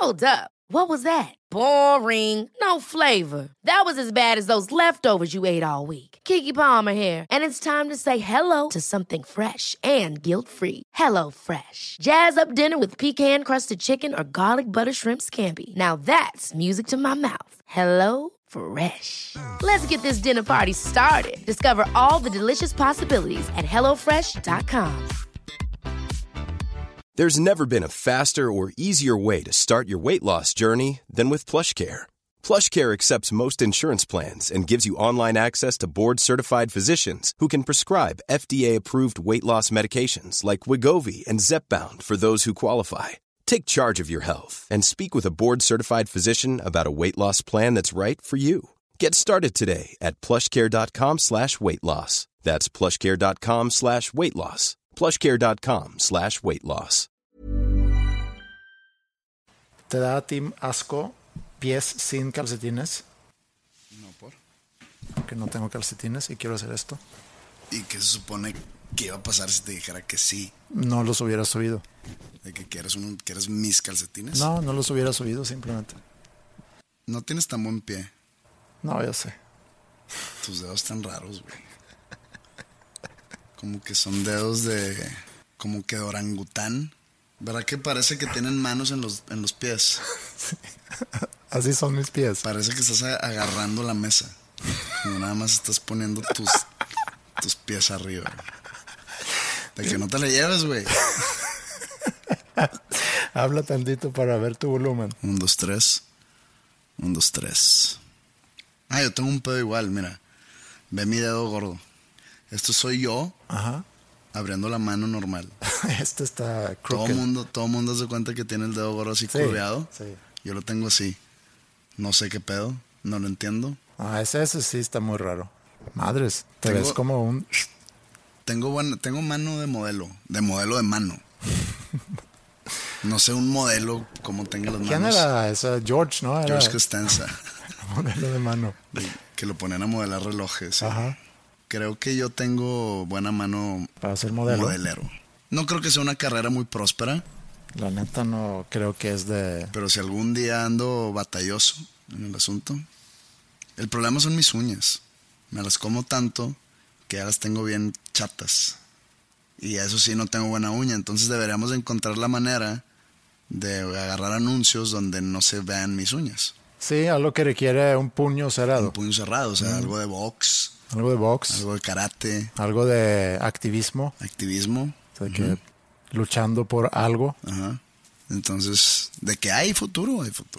Hold up. What was that? Boring. No flavor. That was as bad as those leftovers you ate all week. Keke Palmer here. And it's time to say hello to something fresh and guilt-free. Hello Fresh. Jazz up dinner with pecan-crusted chicken or garlic butter shrimp scampi. Now that's music to my mouth. Hello Fresh. Let's get this dinner party started. Discover all the delicious possibilities at hellofresh.com. There's never been a faster or easier way to start your weight loss journey than with PlushCare. PlushCare accepts most insurance plans and gives you online access to board-certified physicians who can prescribe FDA-approved weight loss medications like Wegovy and Zepbound for those who qualify. Take charge of your health and speak with a board-certified physician about a weight loss plan that's right for you. Get started today at plushcare.com/weight loss. That's plushcare.com/weight loss. plushcare.com/weight loss. ¿Te da a ti asco pies sin calcetines? No, ¿por? Porque no tengo calcetines y quiero hacer esto. ¿Y qué se supone que iba a pasar si te dijera que sí? No los hubiera subido. ¿De que quieres mis calcetines? No los hubiera subido simplemente. No tienes tan buen pie. No, ya sé. Tus dedos están raros, güey. Como que son dedos como que de orangután. ¿Verdad que parece que tienen manos en los pies? Sí. Así son mis pies. Parece que estás agarrando la mesa. Y nada más estás poniendo tus pies arriba. De que no te le lleves, güey. Habla tantito para ver tu volumen. 1, 2, 3. 1, 2, 3. Ah, yo tengo un pedo igual, mira. Ve mi dedo gordo. Esto soy yo. Ajá. Abriendo la mano normal. Este está crooked. Todo mundo se cuenta que tiene el dedo gordo así curveado. Sí. Yo lo tengo así. No sé qué pedo. No lo entiendo. Ah, ese sí está muy raro. Madres, te ves como un... Tengo mano de modelo. De modelo de mano. No sé un modelo como tenga las manos. ¿Quién era esa? George, ¿no? George Costanza. Modelo de mano. Que lo ponen a modelar relojes. ¿Sí? Ajá. Creo que yo tengo buena mano para ser modelo. Modelero. No creo que sea una carrera muy próspera. La neta no creo que es de... Pero si algún día ando batalloso en el asunto. El problema son mis uñas. Me las como tanto que ya las tengo bien chatas. Y eso sí, no tengo buena uña. Entonces deberíamos de encontrar la manera de agarrar anuncios donde no se vean mis uñas. Sí, algo que requiere un puño cerrado. Un puño cerrado, o sea, algo de box. Algo de box. Algo de karate. Algo de activismo. Activismo. O sea, que luchando por algo. Ajá. Entonces, de que hay futuro, hay futuro.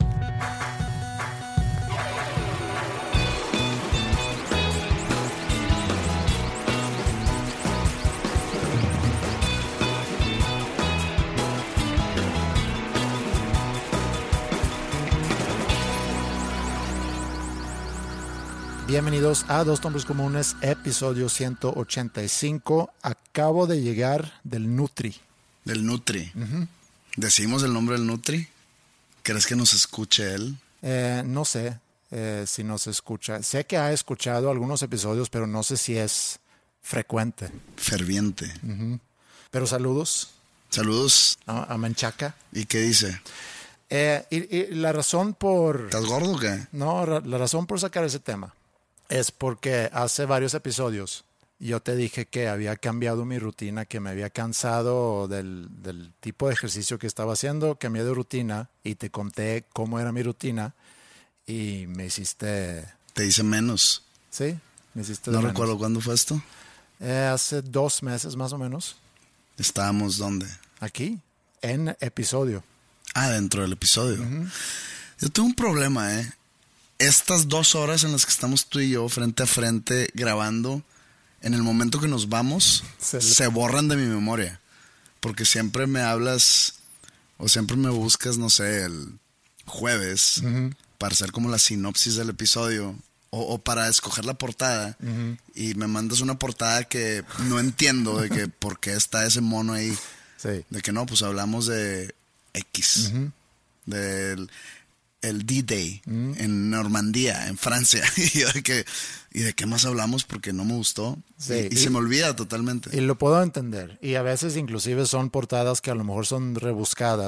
Bienvenidos a Dos Hombres Comunes, episodio 185. Acabo de llegar del Nutri. Del Nutri. ¿Decimos el nombre del Nutri? ¿Crees que nos escuche él? No sé si nos escucha. Sé que ha escuchado algunos episodios, pero no sé si es frecuente. Ferviente. Pero saludos. Saludos. A Menchaca. ¿Y qué dice? Y la razón por... ¿Estás gordo o qué? No, la razón por sacar ese tema es porque hace varios episodios yo te dije que había cambiado mi rutina, que me había cansado del tipo de ejercicio que estaba haciendo, cambié de rutina y te conté cómo era mi rutina y me hiciste... Te hice menos. Sí, me hiciste No de recuerdo menos. cuándo fue esto. Hace 2 meses más o menos. ¿Estábamos dónde? Aquí, en episodio. Ah, dentro del episodio. Yo tengo un problema, Estas 2 horas en las que estamos tú y yo frente a frente grabando, en el momento que nos vamos, se borran de mi memoria. Porque siempre me hablas o siempre me buscas, no sé, el jueves para hacer como la sinopsis del episodio o para escoger la portada y me mandas una portada que no entiendo de que por qué está ese mono ahí. Sí. De que no, pues hablamos de X, del el D-Day en Normandía, en Francia. ¿Y de qué más hablamos? Porque no me gustó. Sí, y se me olvida totalmente. Y lo puedo entender. Y a veces inclusive son portadas que a lo mejor son rebuscadas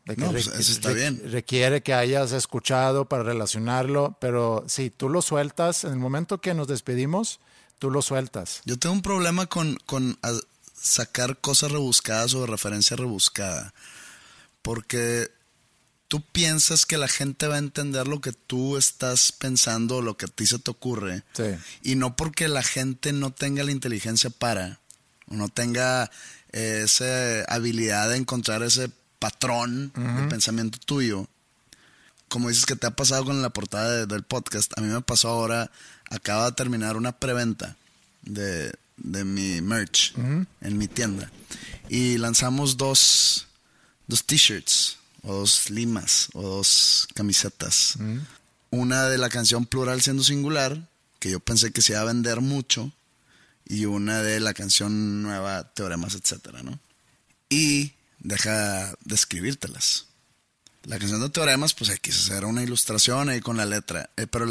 De que No, pues eso está bien. Requiere que hayas escuchado para relacionarlo, pero sí, tú lo sueltas. En el momento que nos despedimos, tú lo sueltas. Yo tengo un problema con sacar cosas rebuscadas o de referencia rebuscada. Porque tú piensas que la gente va a entender lo que tú estás pensando, lo que a ti se te ocurre. Sí. Y no porque la gente no tenga la inteligencia o no tenga esa habilidad de encontrar ese patrón de pensamiento tuyo. Como dices que te ha pasado con la portada del podcast, a mí me pasó ahora, acaba de terminar una preventa de mi merch en mi tienda. Y lanzamos dos t-shirts, o 2 limas, o 2 camisetas. Una de la canción Plural siendo singular, que yo pensé que se iba a vender mucho, y una de la canción nueva Teoremas, etcétera, ¿no? Y deja de escribírtelas. La canción de Teoremas, pues quise hacer una ilustración ahí con la letra. Pero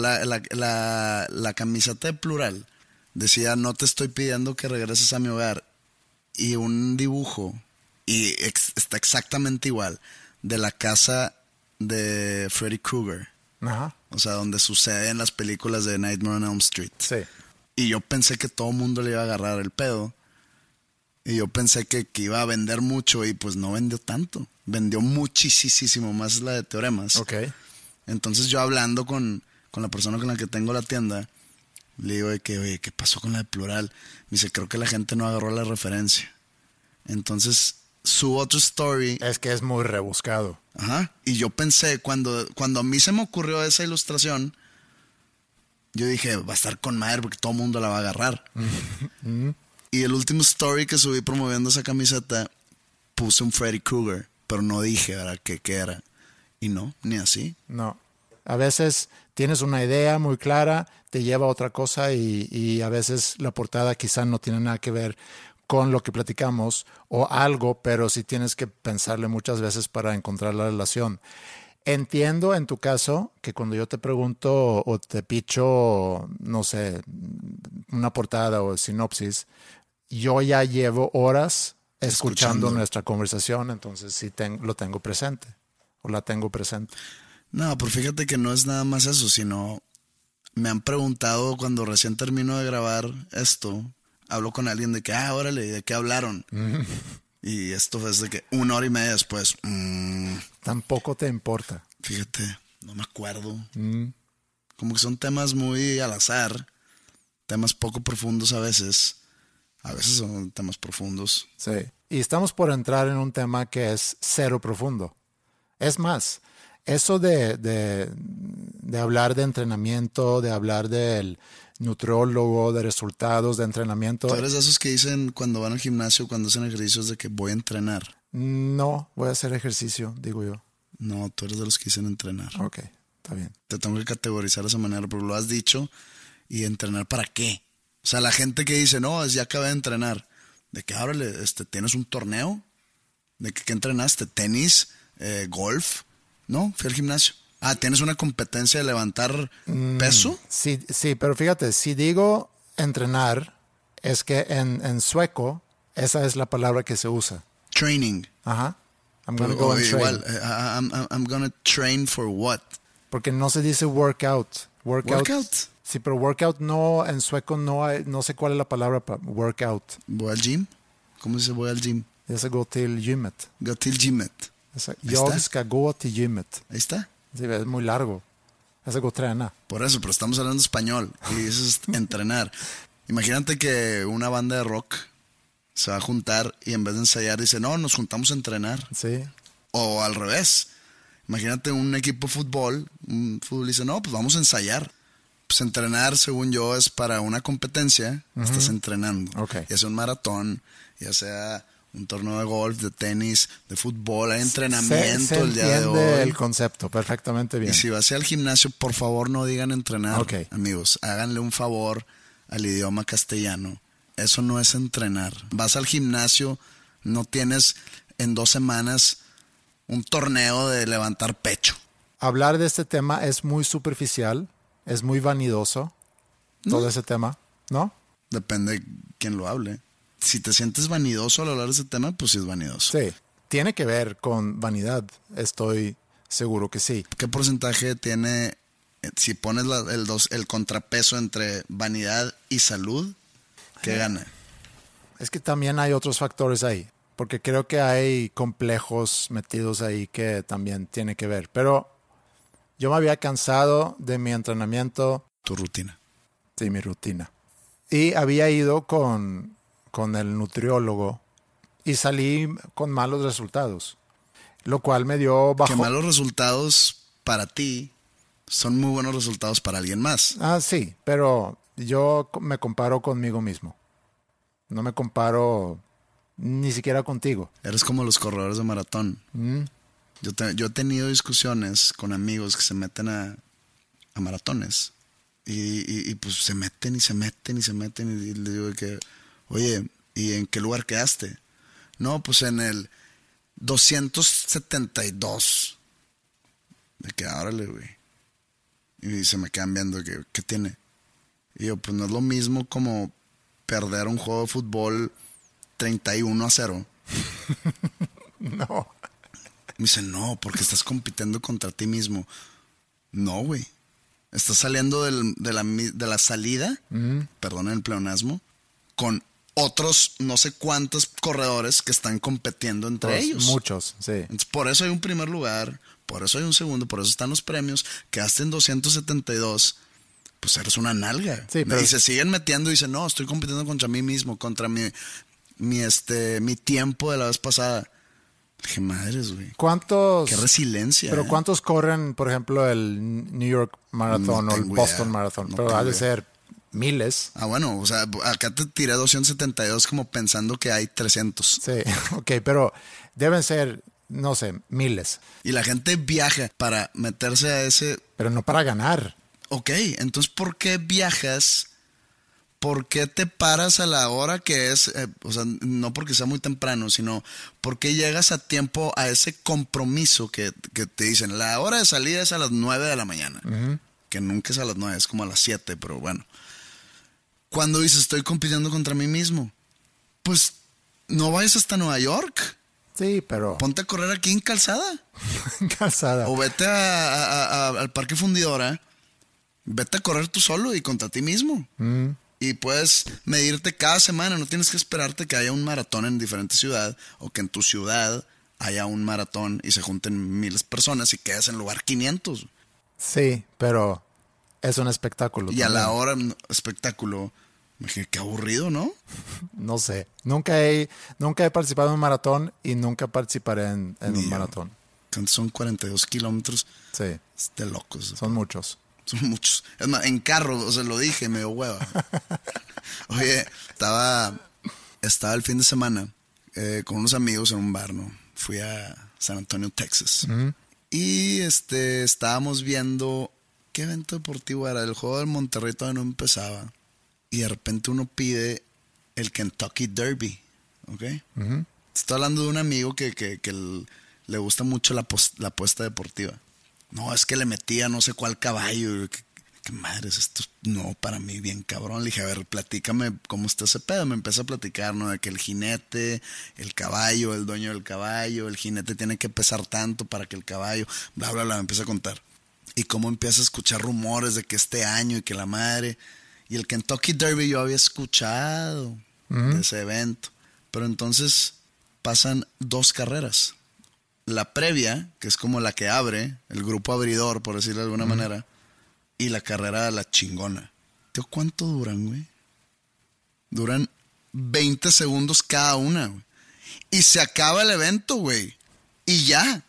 la camiseta de Plural decía, no te estoy pidiendo que regreses a mi hogar. Y un dibujo, y está exactamente igual, de la casa de Freddy Krueger. Ajá. O sea, donde suceden las películas de Nightmare on Elm Street. Sí. Y yo pensé que todo el mundo le iba a agarrar el pedo. Y yo pensé que iba a vender mucho y pues no vendió tanto. Vendió muchísimo más la de Teoremas. Ok. Entonces yo hablando con la persona con la que tengo la tienda, le digo de que, oye, ¿qué pasó con la de Plural? Me dice, creo que la gente no agarró la referencia. Entonces subo otro story. Es que es muy rebuscado. Ajá. Y yo pensé, cuando a mí se me ocurrió esa ilustración, yo dije, va a estar con madre porque todo el mundo la va a agarrar. Y el último story que subí promoviendo esa camiseta, puse un Freddy Krueger, pero no dije, ¿verdad?, qué era. Y no, ni así. No. A veces tienes una idea muy clara, te lleva a otra cosa y a veces la portada quizá no tiene nada que ver con lo que platicamos o algo, pero sí tienes que pensarle muchas veces para encontrar la relación. Entiendo en tu caso que cuando yo te pregunto o te picho, no sé, una portada o sinopsis, yo ya llevo horas escuchando nuestra conversación, entonces sí lo tengo presente o la tengo presente. No, pero fíjate que no es nada más eso, sino me han preguntado cuando recién termino de grabar esto, hablo con alguien de que, órale, ¿de qué hablaron? Y esto fue de que 1 hora y media después. Tampoco te importa. Fíjate, no me acuerdo. Como que son temas muy al azar, temas poco profundos a veces. A veces son temas profundos. Sí. Y estamos por entrar en un tema que es cero profundo. Es más, eso de hablar de entrenamiento, de hablar del nutriólogo, de resultados de entrenamiento. ¿Tú eres de esos que dicen cuando van al gimnasio, cuando hacen ejercicios, de que voy a entrenar? No, voy a hacer ejercicio, digo yo. No, tú eres de los que dicen entrenar. Ok, está bien. Te tengo que categorizar de esa manera, pero lo has dicho. ¿Y entrenar para qué? O sea, la gente que dice, no, ya acabé de entrenar. ¿De qué ahora tienes un torneo? ¿De qué entrenaste? ¿Tenis? ¿Golf? No, fui al gimnasio. ¿Tienes una competencia de levantar peso? Sí, pero fíjate, si digo entrenar, es que en sueco esa es la palabra que se usa. Training. Ajá. I'm gonna go and train. Igual, I'm gonna train for what? Porque no se dice workout. Workout. Sí, pero workout no, en sueco no sé cuál es la palabra para workout. ¿Voy al gym? ¿Cómo se dice voy al gym? Det är gå till gymmet. Gå till gymmet. Jag ska gå till gymmet. Ahí está. Sí, es muy largo. Es gå och träna. Por eso, pero estamos hablando español. Y eso es entrenar. Imagínate que una banda de rock se va a juntar y en vez de ensayar dice, no, nos juntamos a entrenar. Sí. O al revés. Imagínate un equipo de fútbol. Un futbolista, no, pues vamos a ensayar. Pues entrenar, según yo, es para una competencia. Estás entrenando. Okay. Ya sea un maratón, ya sea un torneo de golf, de tenis, de fútbol. Hay entrenamiento el día de hoy. Se entiende el concepto perfectamente bien. Y si vas al gimnasio, por favor no digan entrenar. Okay. Amigos, háganle un favor al idioma castellano. Eso no es entrenar. Vas al gimnasio, no tienes en 2 semanas un torneo de levantar pecho. Hablar de este tema es muy superficial. Es muy vanidoso, todo ese tema, ¿no? Depende de quién lo hable. Si te sientes vanidoso al hablar de ese tema, pues sí es vanidoso. Sí, tiene que ver con vanidad. Estoy seguro que sí. ¿Qué porcentaje tiene, si pones el contrapeso entre vanidad y salud, qué gana? Es que también hay otros factores ahí, porque creo que hay complejos metidos ahí que también tiene que ver. Pero yo me había cansado de mi entrenamiento. Tu rutina. Sí, mi rutina. Y había ido con el nutriólogo y salí con malos resultados, lo cual me dio bajo. Que malos resultados para ti son muy buenos resultados para alguien más. Sí, pero yo me comparo conmigo mismo. No me comparo ni siquiera contigo. Eres como los corredores de maratón. Yo he tenido discusiones con amigos que se meten a maratones y pues se meten y le digo que, oye, ¿y en qué lugar quedaste? No, pues en el 272. De que, órale, güey. Y se me quedan viendo que, ¿qué tiene? Y yo, pues no es lo mismo como perder un juego de fútbol 31-0. No. Me dice, no, porque estás compitiendo contra ti mismo. No, güey. Estás saliendo de la salida, perdón el pleonasmo, con otros no sé cuántos corredores que están compitiendo entre ellos. Muchos, sí. Entonces, por eso hay un primer lugar, por eso hay un segundo, por eso están los premios. Quedaste en 272, pues eres una nalga. Sí, pero... Y se siguen metiendo y dicen, no, estoy compitiendo contra mí mismo, contra mi tiempo de la vez pasada. Dije, madres, güey. ¿Cuántos? Qué resiliencia. Pero ¿cuántos corren, por ejemplo, el New York Marathon o el Boston Marathon? Pero ha de ser miles. Bueno, o sea, acá te tiré 272 como pensando que hay 300. Sí, ok, pero deben ser, no sé, miles. Y la gente viaja para meterse a ese... Pero no para ganar. Ok, entonces, ¿por qué viajas? ¿Por qué te paras a la hora que es? O sea, no porque sea muy temprano, sino porque llegas a tiempo a ese compromiso que te dicen. La hora de salida es a las 9 de la mañana. Que nunca es a las 9, es como a las 7, pero bueno. Cuando dices, estoy compitiendo contra mí mismo, pues no vayas hasta Nueva York. Sí, pero... Ponte a correr aquí en Calzada. Calzada. O vete al Parque Fundidora. Vete a correr tú solo y contra ti mismo. Y puedes medirte cada semana. No tienes que esperarte que haya un maratón en diferente ciudad o que en tu ciudad haya un maratón y se junten miles de personas y quedes en lugar 500. Sí, pero es un espectáculo. Y también. A la hora espectáculo, me dije, qué aburrido, ¿no? No sé. Nunca he participado en un maratón y nunca participaré en un maratón. Son 42 kilómetros. Sí. Es de locos. Son muchos. Son muchos. Es más, en carro, o sea, lo dije, me dio hueva. Oye, estaba el fin de semana con unos amigos en un bar, ¿no? Fui a San Antonio, Texas. Y estábamos viendo qué evento deportivo era. El juego del Monterrey todavía no empezaba. Y de repente uno pide el Kentucky Derby, ¿ok? Estoy hablando de un amigo que le gusta mucho la apuesta deportiva. No, es que le metía no sé cuál caballo. ¿Qué madres esto? No, para mí bien cabrón. Le dije, a ver, platícame cómo está ese pedo. Me empezó a platicar, ¿no? De que el jinete, el caballo, el dueño del caballo, el jinete tiene que pesar tanto para que el caballo, bla, bla, bla, me empieza a contar. Y cómo empieza a escuchar rumores de que este año y que la madre... Y el Kentucky Derby yo había escuchado de ese evento. Pero entonces pasan 2 carreras. La previa, que es como la que abre, el grupo abridor, por decirlo de alguna manera, y la carrera de la chingona. ¿Tío, cuánto duran, güey? Duran 20 segundos cada una, güey. Y se acaba el evento, güey. Y ya.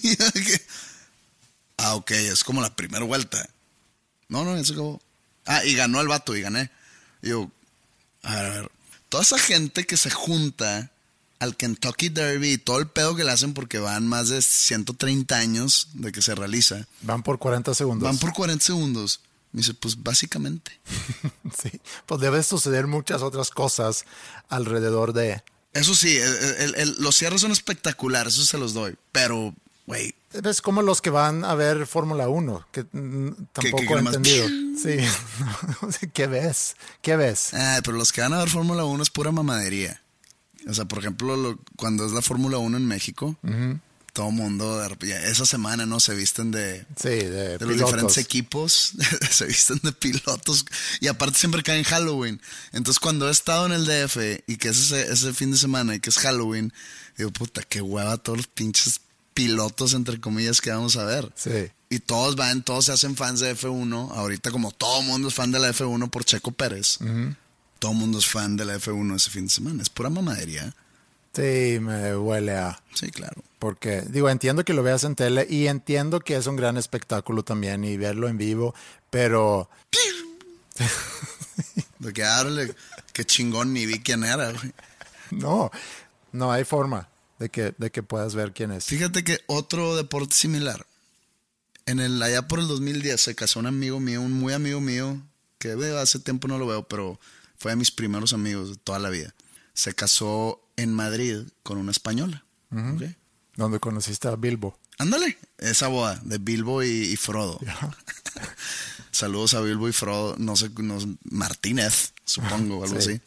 Ok, es como la primera vuelta. No, ya se acabó. Y ganó el vato y gané. Y yo, a ver, toda esa gente que se junta al Kentucky Derby y todo el pedo que le hacen porque van más de 130 años de que se realiza. Van por 40 segundos. Van por 40 segundos. Me dice, pues básicamente. Sí, pues debe suceder muchas otras cosas alrededor de... Eso sí, los cierres son espectaculares, eso se los doy. Pero, güey... Es como los que van a ver Fórmula 1, que tampoco he entendido. Sí, ¿qué ves? Pero los que van a ver Fórmula 1 es pura mamadería. O sea, por ejemplo, cuando es la Fórmula 1 en México, todo mundo, esa semana, ¿no? Se visten de los diferentes equipos, se visten de pilotos. Y aparte siempre cae en Halloween. Entonces, cuando he estado en el DF y que es ese fin de semana y que es Halloween, digo, puta, qué hueva todos los pinches pilotos, entre comillas, que vamos a ver. Sí. Y todos se hacen fans de F1. Ahorita, como todo mundo es fan de la F1 por Checo Pérez, todo mundo es fan de la F1 ese fin de semana. Es pura mamadería. Sí, me huele a... Sí, claro. Porque, digo, entiendo que lo veas en tele y entiendo que es un gran espectáculo también y verlo en vivo, pero... De que árale, qué chingón, ni vi quién era, güey. No hay forma de que puedas ver quién es. Fíjate que otro deporte similar. Allá por el 2010 se casó un amigo mío, un muy amigo mío, que hace tiempo no lo veo, pero fue de mis primeros amigos de toda la vida. Se casó en Madrid con una española. ¿Okay? Donde conociste a Bilbo. Ándale, esa boda de Bilbo y Frodo. Yeah. Saludos a Bilbo y Frodo, no sé, Martínez, supongo, algo así.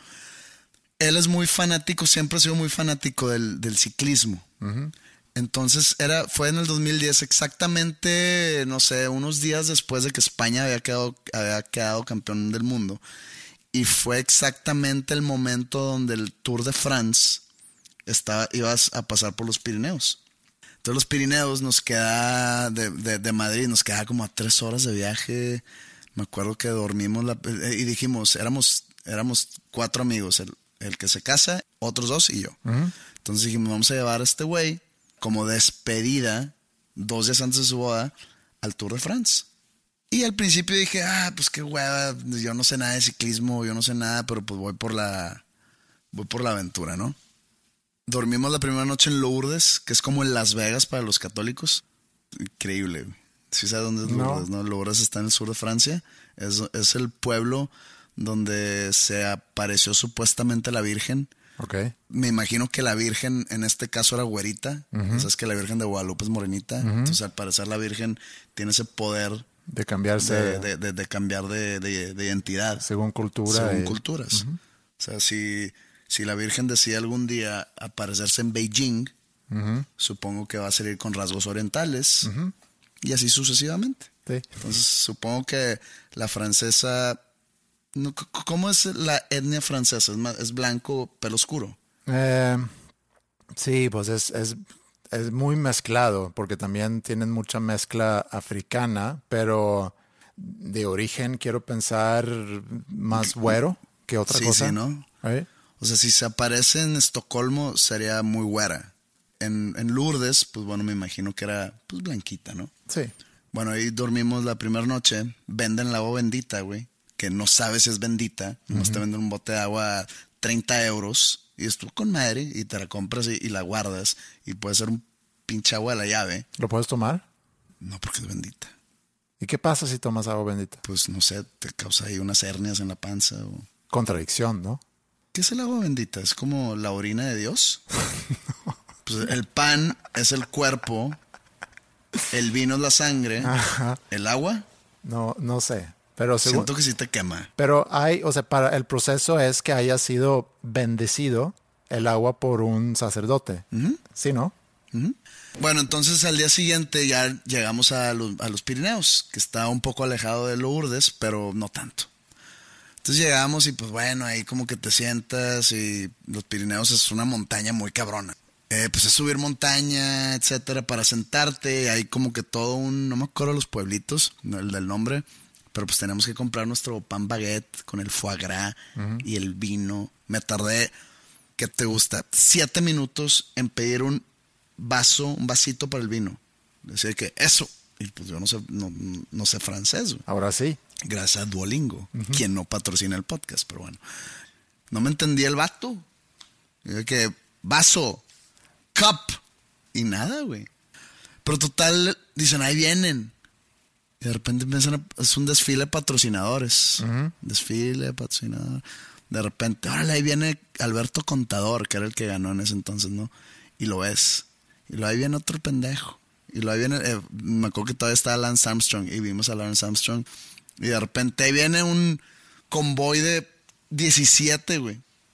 Él es muy fanático, siempre ha sido muy fanático del ciclismo. Entonces fue en el 2010, exactamente, no sé, unos días después de que España había quedado campeón del mundo. Y fue exactamente el momento donde el Tour de France ibas a pasar por los Pirineos. Entonces los Pirineos nos queda de Madrid, nos queda como a 3 horas de viaje. Me acuerdo que dormimos y dijimos, éramos 4 amigos, el que se casa, otros 2 y yo. Entonces dijimos, vamos a llevar a este güey como despedida 2 días antes de su boda al Tour de France. Y al principio dije, pues qué hueva, yo no sé nada de ciclismo, yo no sé nada, pero pues voy por la aventura, ¿no? Dormimos la primera noche en Lourdes, que es como en Las Vegas para los católicos. Increíble. ¿Sí sabes dónde es Lourdes, no? Lourdes está en el sur de Francia. Es el pueblo donde se apareció supuestamente la Virgen. Okay. Me imagino que la Virgen en este caso era güerita. O sea, es que la Virgen de Guadalupe es morenita. Entonces al parecer la Virgen tiene ese poder de cambiarse, de cambiar de identidad. Según cultura. Según culturas. O sea, si la Virgen decide algún día aparecerse en Beijing, supongo que va a salir con rasgos orientales y así sucesivamente. Sí. Entonces supongo que la francesa... ¿Cómo es la etnia francesa? ¿Es blanco, pelo oscuro? Sí, pues es muy mezclado, porque también tienen mucha mezcla africana, pero de origen quiero pensar más güero que otra cosa. Sí, ¿no? ¿Eh? O sea, si se aparece en Estocolmo sería muy güera. En Lourdes, pues bueno, me imagino que era pues blanquita, ¿no? Sí. Bueno, ahí dormimos la primera noche. Venden la agua bendita, güey, que no sabes si es bendita. Nomás te venden un bote de agua 30 euros y estuvo con madre y te la compras y la guardas y puede ser un pinche agua de la llave. ¿Lo puedes tomar? No, porque es bendita. ¿Y qué pasa si tomas agua bendita? Pues no sé, te causa ahí unas hernias en la panza o... Contradicción, ¿no? ¿Qué es el agua bendita? ¿Es como la orina de Dios? No. Pues el pan es el cuerpo, el vino es la sangre. Ajá. ¿El agua? No sé. Pero siento que sí te quema. Pero para el proceso es que haya sido bendecido el agua por un sacerdote. ¿Sí, no? Bueno, entonces al día siguiente ya llegamos a los Pirineos, que está un poco alejado de Lourdes, pero no tanto. Entonces llegamos y pues bueno, ahí como que te sientas y los Pirineos es una montaña muy cabrona. Pues es subir montaña, etcétera, para sentarte. Hay como que todo no me acuerdo los pueblitos, el del nombre, pero pues tenemos que comprar nuestro pan baguette con el foie gras y el vino. Me tardé, ¿qué te gusta? 7 minutos en pedir un vasito para el vino. Decía que eso. Y pues yo no sé francés. Ahora sí. Gracias a Duolingo, quien no patrocina el podcast, pero bueno. No me entendía el vato. Digo que vaso, cup, y nada, güey. Pero total, dicen, ahí vienen. Y de repente es un desfile de patrocinadores. Desfile de patrocinadores. De repente, órale, ahí viene Alberto Contador, que era el que ganó en ese entonces, ¿no? Y lo ves. Y luego ahí viene otro pendejo. Y luego ahí viene, me acuerdo que todavía estaba Lance Armstrong. Y vimos a Lance Armstrong. Y de repente ahí viene un convoy de 17, güey.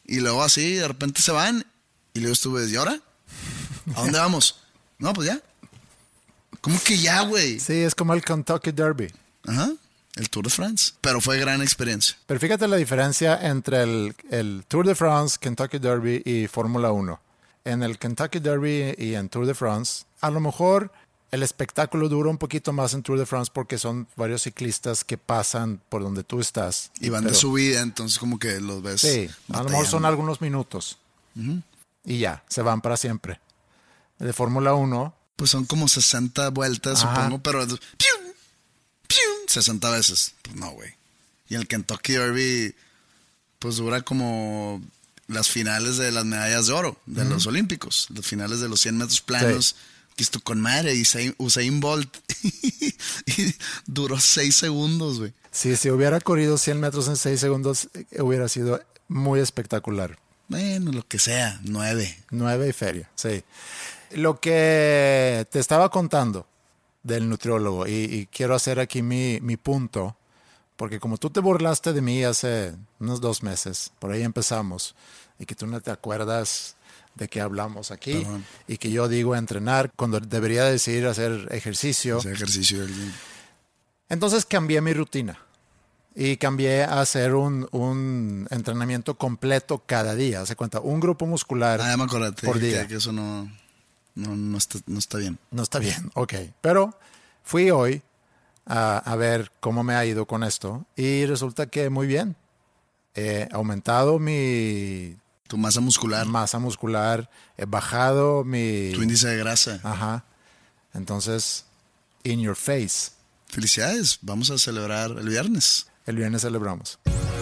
Y luego así, de repente se van. Y luego estuve, ¿y ahora? ¿A dónde vamos? No, pues ya. ¿Cómo que ya, güey? Sí, es como el Kentucky Derby. Ajá, el Tour de France. Pero fue gran experiencia. Pero fíjate la diferencia entre el Tour de France, Kentucky Derby y Fórmula 1. En el Kentucky Derby y en Tour de France, a lo mejor el espectáculo dura un poquito más en Tour de France porque son varios ciclistas que pasan por donde tú estás. Y van de subida, entonces como que los ves. Sí, a lo mejor son algunos minutos. Y ya, se van para siempre. El de Fórmula 1... Pues son como 60 vueltas, supongo, pero... ¡pium! ¡pium! 60 veces. Pues no, güey. Y el Kentucky Derby, pues dura como las finales de las medallas de oro, de los Olímpicos. Las finales de los 100 metros planos. Sí. Que esto con madre, y Usain Bolt. Y duró 6 segundos, güey. Sí, si hubiera corrido 100 metros en 6 segundos, hubiera sido muy espectacular. Bueno, lo que sea, 9. 9 y feria, sí. Lo que te estaba contando del nutriólogo, y quiero hacer aquí mi punto, porque como tú te burlaste de mí hace unos 2 meses, por ahí empezamos, y que tú no te acuerdas de qué hablamos aquí, perdón. Y que yo digo entrenar cuando debería decir hacer ejercicio. Hacer ejercicio. Entonces cambié mi rutina. Y cambié a hacer un entrenamiento completo cada día. Hace cuenta, un grupo muscular ya me acordé, por día. Que eso no está bien. No está bien, ok. Pero fui hoy a ver cómo me ha ido con esto. Y resulta que muy bien. He aumentado tu masa muscular. He bajado tu índice de grasa. Ajá. Entonces, in your face. Felicidades. Vamos a celebrar el viernes. El viernes celebramos.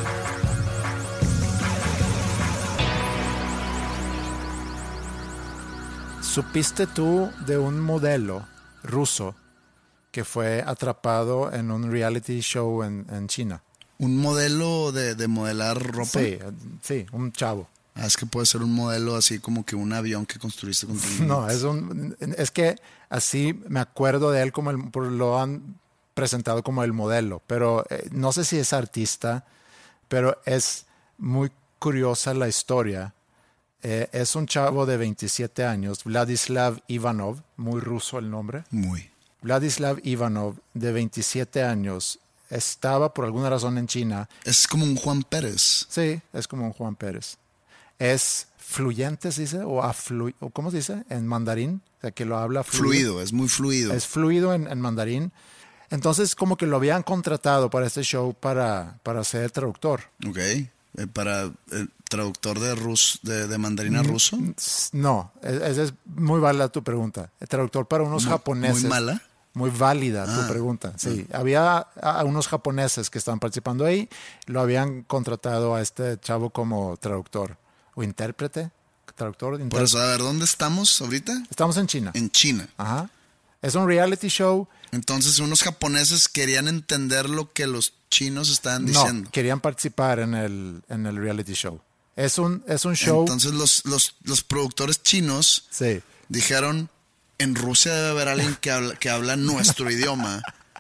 ¿Supiste tú de un modelo ruso que fue atrapado en un reality show en China? ¿Un modelo de modelar ropa? Sí, un chavo. Es que puede ser un modelo así como que un avión que construiste con tu... No, es que así me acuerdo de él como lo han presentado como el modelo, pero no sé si es artista, pero es muy curiosa la historia. Es un chavo de 27 años, Vladislav Ivanov, muy ruso el nombre. Muy. Vladislav Ivanov, de 27 años, estaba por alguna razón en China. Es como un Juan Pérez. Sí, es como un Juan Pérez. Es fluyente, ¿se dice? O ¿cómo se dice? En mandarín, o sea, que lo habla fluido. Es muy fluido. Es fluido en mandarín. Entonces, como que lo habían contratado para este show para ser traductor. Ok. ¿Para traductor de mandarín a ruso? No, esa es muy válida tu pregunta. El traductor para unos japoneses. ¿Muy mala? Muy válida tu pregunta, sí. Había a unos japoneses que estaban participando ahí, lo habían contratado a este chavo como traductor o intérprete. Traductor. Por eso, a ver, ¿dónde estamos ahorita? Estamos en China. En China. Ajá. Es un reality show. Entonces, unos japoneses querían entender lo que los chinos estaban diciendo. No, querían participar en el reality show. Es un show. Entonces, los productores chinos dijeron, en Rusia debe haber alguien que habla nuestro idioma.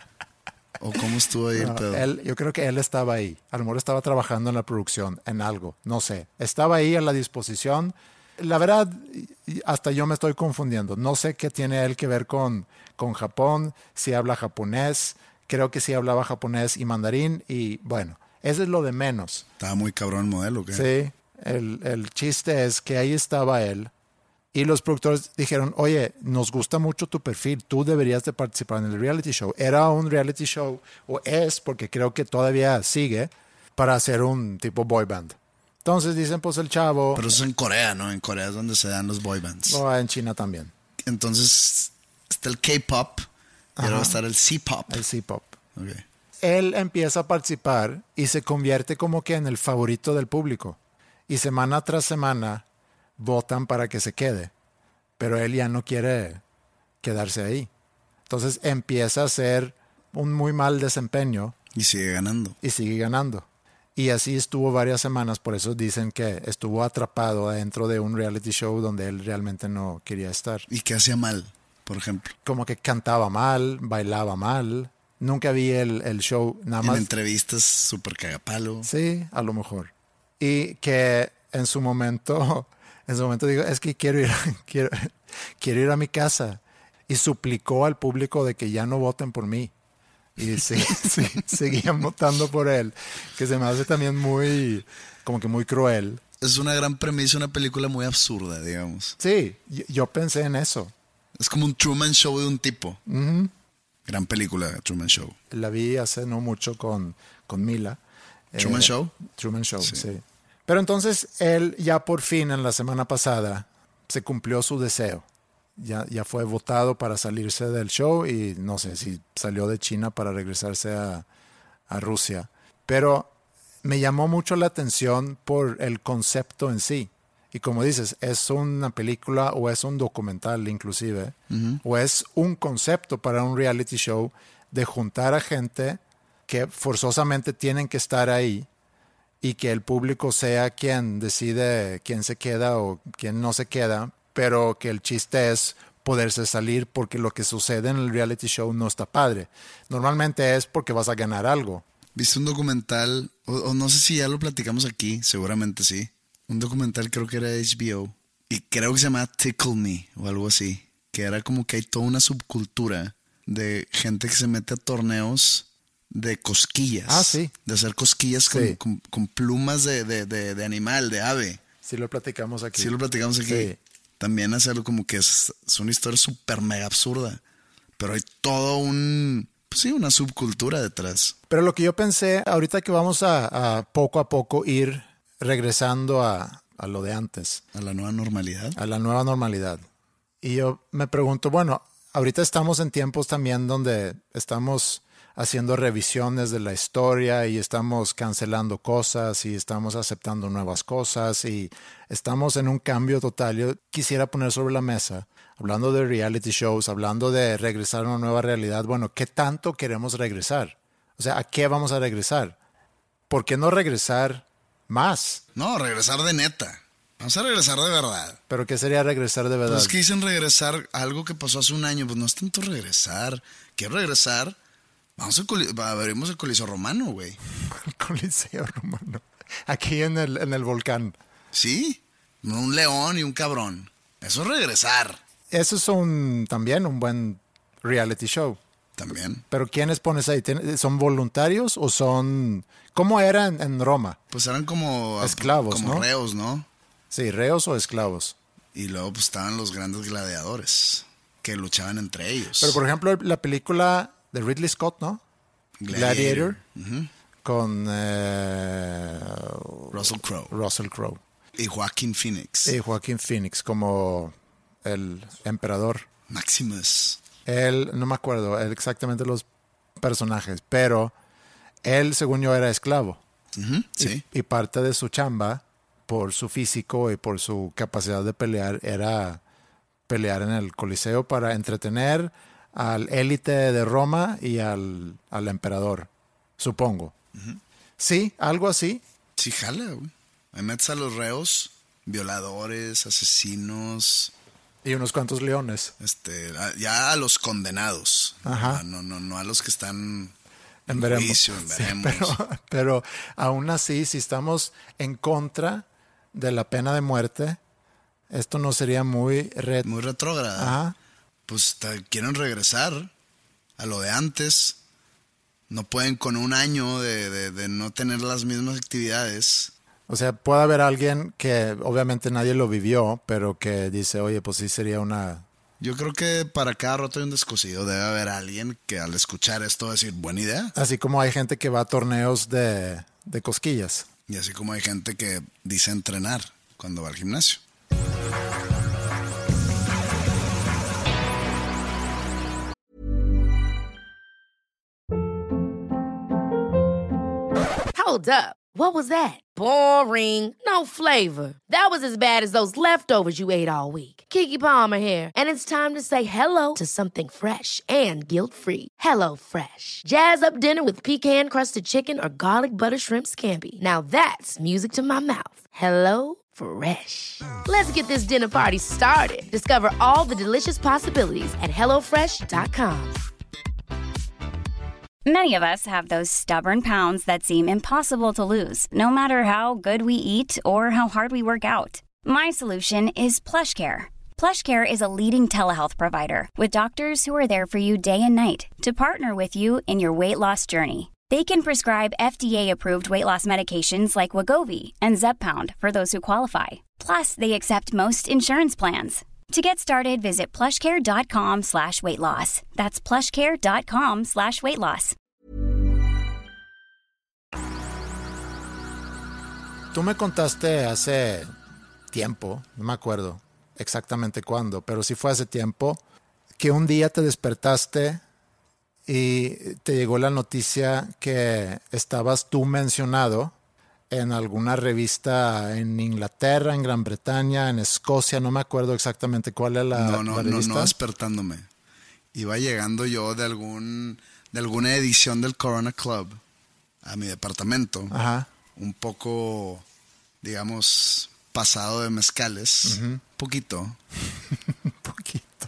¿O cómo estuvo ahí el pedo? Yo creo que él estaba ahí. A lo mejor estaba trabajando en la producción, en algo. No sé. Estaba ahí a la disposición. La verdad, hasta yo me estoy confundiendo. No sé qué tiene él que ver con Japón, si habla japonés. Creo que sí hablaba japonés y mandarín. Y bueno, eso es lo de menos. Estaba muy cabrón el modelo, ¿qué? Sí. El chiste es que ahí estaba él. Y los productores dijeron, oye, nos gusta mucho tu perfil. Tú deberías de participar en el reality show. Era un reality show, o es, porque creo que todavía sigue, para hacer un tipo boy band. Entonces dicen, pues el chavo... Pero eso es en Corea, ¿no? En Corea es donde se dan los boy bands. O en China también. Entonces está el K-pop y ahora va a estar el C-pop. El C-pop. Okay. Él empieza a participar y se convierte como que en el favorito del público. Y semana tras semana votan para que se quede. Pero él ya no quiere quedarse ahí. Entonces empieza a hacer un muy mal desempeño. Y sigue ganando. Y así estuvo varias semanas, por eso dicen que estuvo atrapado dentro de un reality show donde él realmente no quería estar. ¿Y qué hacía mal, por ejemplo? Como que cantaba mal, bailaba mal. Nunca vi el show, nada más. En entrevistas súper cagapalo. Sí, a lo mejor. Y que en su momento dijo, es que quiero ir a mi casa. Y suplicó al público de que ya no voten por mí. Y seguían votando por él, que se me hace también muy cruel. Es una gran premisa, una película muy absurda, digamos. Sí, yo pensé en eso. Es como un Truman Show de un tipo. Uh-huh. Gran película, Truman Show. La vi hace no mucho con Mila. ¿Truman Show? Truman Show, sí. Pero entonces él ya por fin en la semana pasada se cumplió su deseo. Ya fue votado para salirse del show y no sé si salió de China para regresarse a Rusia. Pero me llamó mucho la atención por el concepto en sí. Y como dices, es una película o es un documental inclusive, o es un concepto para un reality show de juntar a gente que forzosamente tienen que estar ahí y que el público sea quien decide quién se queda o quién no se queda, pero que el chiste es poderse salir porque lo que sucede en el reality show no está padre. Normalmente es porque vas a ganar algo. ¿Viste un documental? O no sé si ya lo platicamos aquí, seguramente sí. Un documental creo que era HBO. Y creo que se llama Tickle Me o algo así. Que era como que hay toda una subcultura de gente que se mete a torneos de cosquillas. Ah, sí. De hacer cosquillas con plumas de animal, de ave. Sí lo platicamos aquí. Sí. También hacerlo como que es una historia súper mega absurda. Pero hay todo una subcultura detrás. Pero lo que yo pensé, ahorita que vamos a poco ir regresando a lo de antes. ¿A la nueva normalidad? A la nueva normalidad. Y yo me pregunto, bueno, ahorita estamos en tiempos también donde estamos haciendo revisiones de la historia y estamos cancelando cosas y estamos aceptando nuevas cosas y estamos en un cambio total. Yo quisiera poner sobre la mesa, hablando de reality shows, hablando de regresar a una nueva realidad. Bueno, ¿qué tanto queremos regresar? O sea, ¿a qué vamos a regresar? ¿Por qué no regresar más? No, regresar de neta. Vamos a regresar de verdad. ¿Pero qué sería regresar de verdad? Pues es que dicen regresar a algo que pasó hace un año. Pues no es tanto regresar. Quiero regresar. Abrimos el Coliseo Romano, güey. El Coliseo Romano. Aquí en el volcán. Sí. Un león y un cabrón. Eso es regresar. Eso es también un buen reality show. También. ¿Pero quiénes pones ahí? ¿Son voluntarios o son...? ¿Cómo era en Roma? Pues eran como... esclavos, como ¿no? reos, ¿no? Sí, reos o esclavos. Y luego pues estaban los grandes gladiadores que luchaban entre ellos. Pero por ejemplo, la película de Ridley Scott, ¿no? Gladiator. Uh-huh. Con... Russell Crowe. Y Joaquin Phoenix. Como el emperador. Maximus. Él, no me acuerdo exactamente los personajes, pero él, según yo, era esclavo. Uh-huh, sí. Y parte de su chamba, por su físico y por su capacidad de pelear, era pelear en el Coliseo para entretener al élite de Roma y al emperador, supongo. Uh-huh. Sí, algo así. Sí, jala, güey. Ahí metes a los reos, violadores, asesinos... Y unos cuantos leones. Ya a los condenados. Ajá. No a los que están en veremos. Juicio, en veremos. Sí, pero aún así, si estamos en contra de la pena de muerte, esto no sería muy retrógrada. Ajá. Pues quieren regresar a lo de antes. No pueden con un año de no tener las mismas actividades. O sea, puede haber alguien que obviamente nadie lo vivió, pero que dice, oye, pues sí sería una... Yo creo que para cada roto hay un descosido. Debe haber alguien que al escuchar esto va a decir, buena idea. Así como hay gente que va a torneos de cosquillas. Y así como hay gente que dice entrenar cuando va al gimnasio. Hold up. What was that? Boring. No flavor. That was as bad as those leftovers you ate all week. Keke Palmer here, and it's time to say hello to something fresh and guilt-free. Hello Fresh. Jazz up dinner with pecan-crusted chicken or garlic butter shrimp scampi. Now that's music to my mouth. Hello Fresh. Let's get this dinner party started. Discover all the delicious possibilities at HelloFresh.com. Many of us have those stubborn pounds that seem impossible to lose, no matter how good we eat or how hard we work out. My solution is PlushCare. PlushCare is a leading telehealth provider with doctors who are there for you day and night to partner with you in your weight loss journey. They can prescribe FDA-approved weight loss medications like Wegovy and Zepbound for those who qualify. Plus, they accept most insurance plans. To get started, visit plushcare.com/weightloss. That's plushcare.com/weightloss. Tú me contaste hace tiempo, no me acuerdo exactamente cuándo, pero sí fue hace tiempo, que un día te despertaste y te llegó la noticia que estabas tú mencionado en alguna revista en Inglaterra, en Gran Bretaña, en Escocia, no me acuerdo exactamente cuál era la revista. No despertándome. Iba llegando yo de alguna edición del Corona Club a mi departamento. Ajá. Un poco, digamos, pasado de mezcales. Uh-huh. Poquito. Poquito.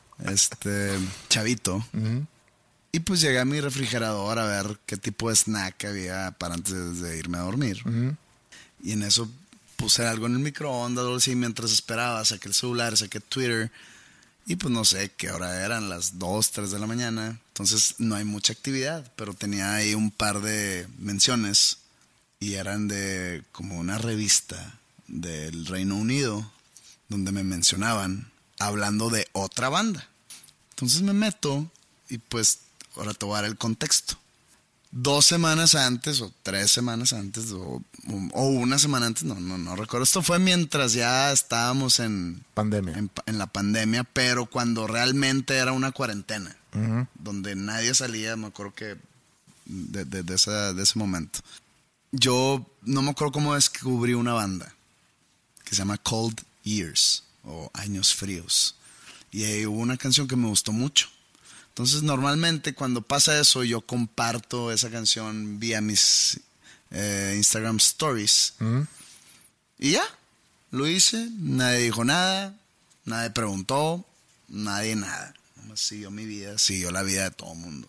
Chavito. Uh-huh. Y pues llegué a mi refrigerador a ver qué tipo de snack había para antes de irme a dormir. Uh-huh. Y en eso puse algo en el microondas, algo así, mientras esperaba, saqué el celular, saqué Twitter. Y pues no sé qué hora eran, las 2, 3 de la mañana. Entonces no hay mucha actividad, pero tenía ahí un par de menciones. Y eran de como una revista del Reino Unido, donde me mencionaban, hablando de otra banda. Entonces me meto y pues ahora te voy a dar el contexto. 2 semanas antes o 3 semanas antes o una semana antes, no recuerdo. Esto fue mientras ya estábamos en pandemia. En la pandemia, pero cuando realmente era una cuarentena, uh-huh, donde nadie salía, me acuerdo que de ese momento. Yo no me acuerdo cómo descubrí una banda que se llama Cold Years o Años Fríos. Y ahí hubo una canción que me gustó mucho. Entonces, normalmente cuando pasa eso, yo comparto esa canción vía mis Instagram Stories. uh-huh. Y ya, lo hice. Nadie dijo nada, nadie preguntó, nadie nada. Nomás siguió mi vida, siguió la vida de todo el mundo.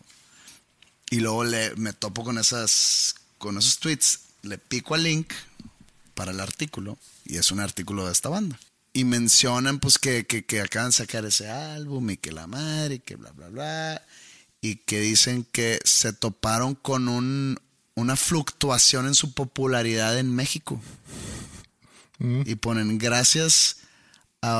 Y luego me topo con esos tweets, le pico al link para el artículo, y es un artículo de esta banda. Y mencionan pues que acaban de sacar ese álbum y que la madre y que bla bla bla, y que dicen que se toparon con una fluctuación en su popularidad en México. Y ponen gracias a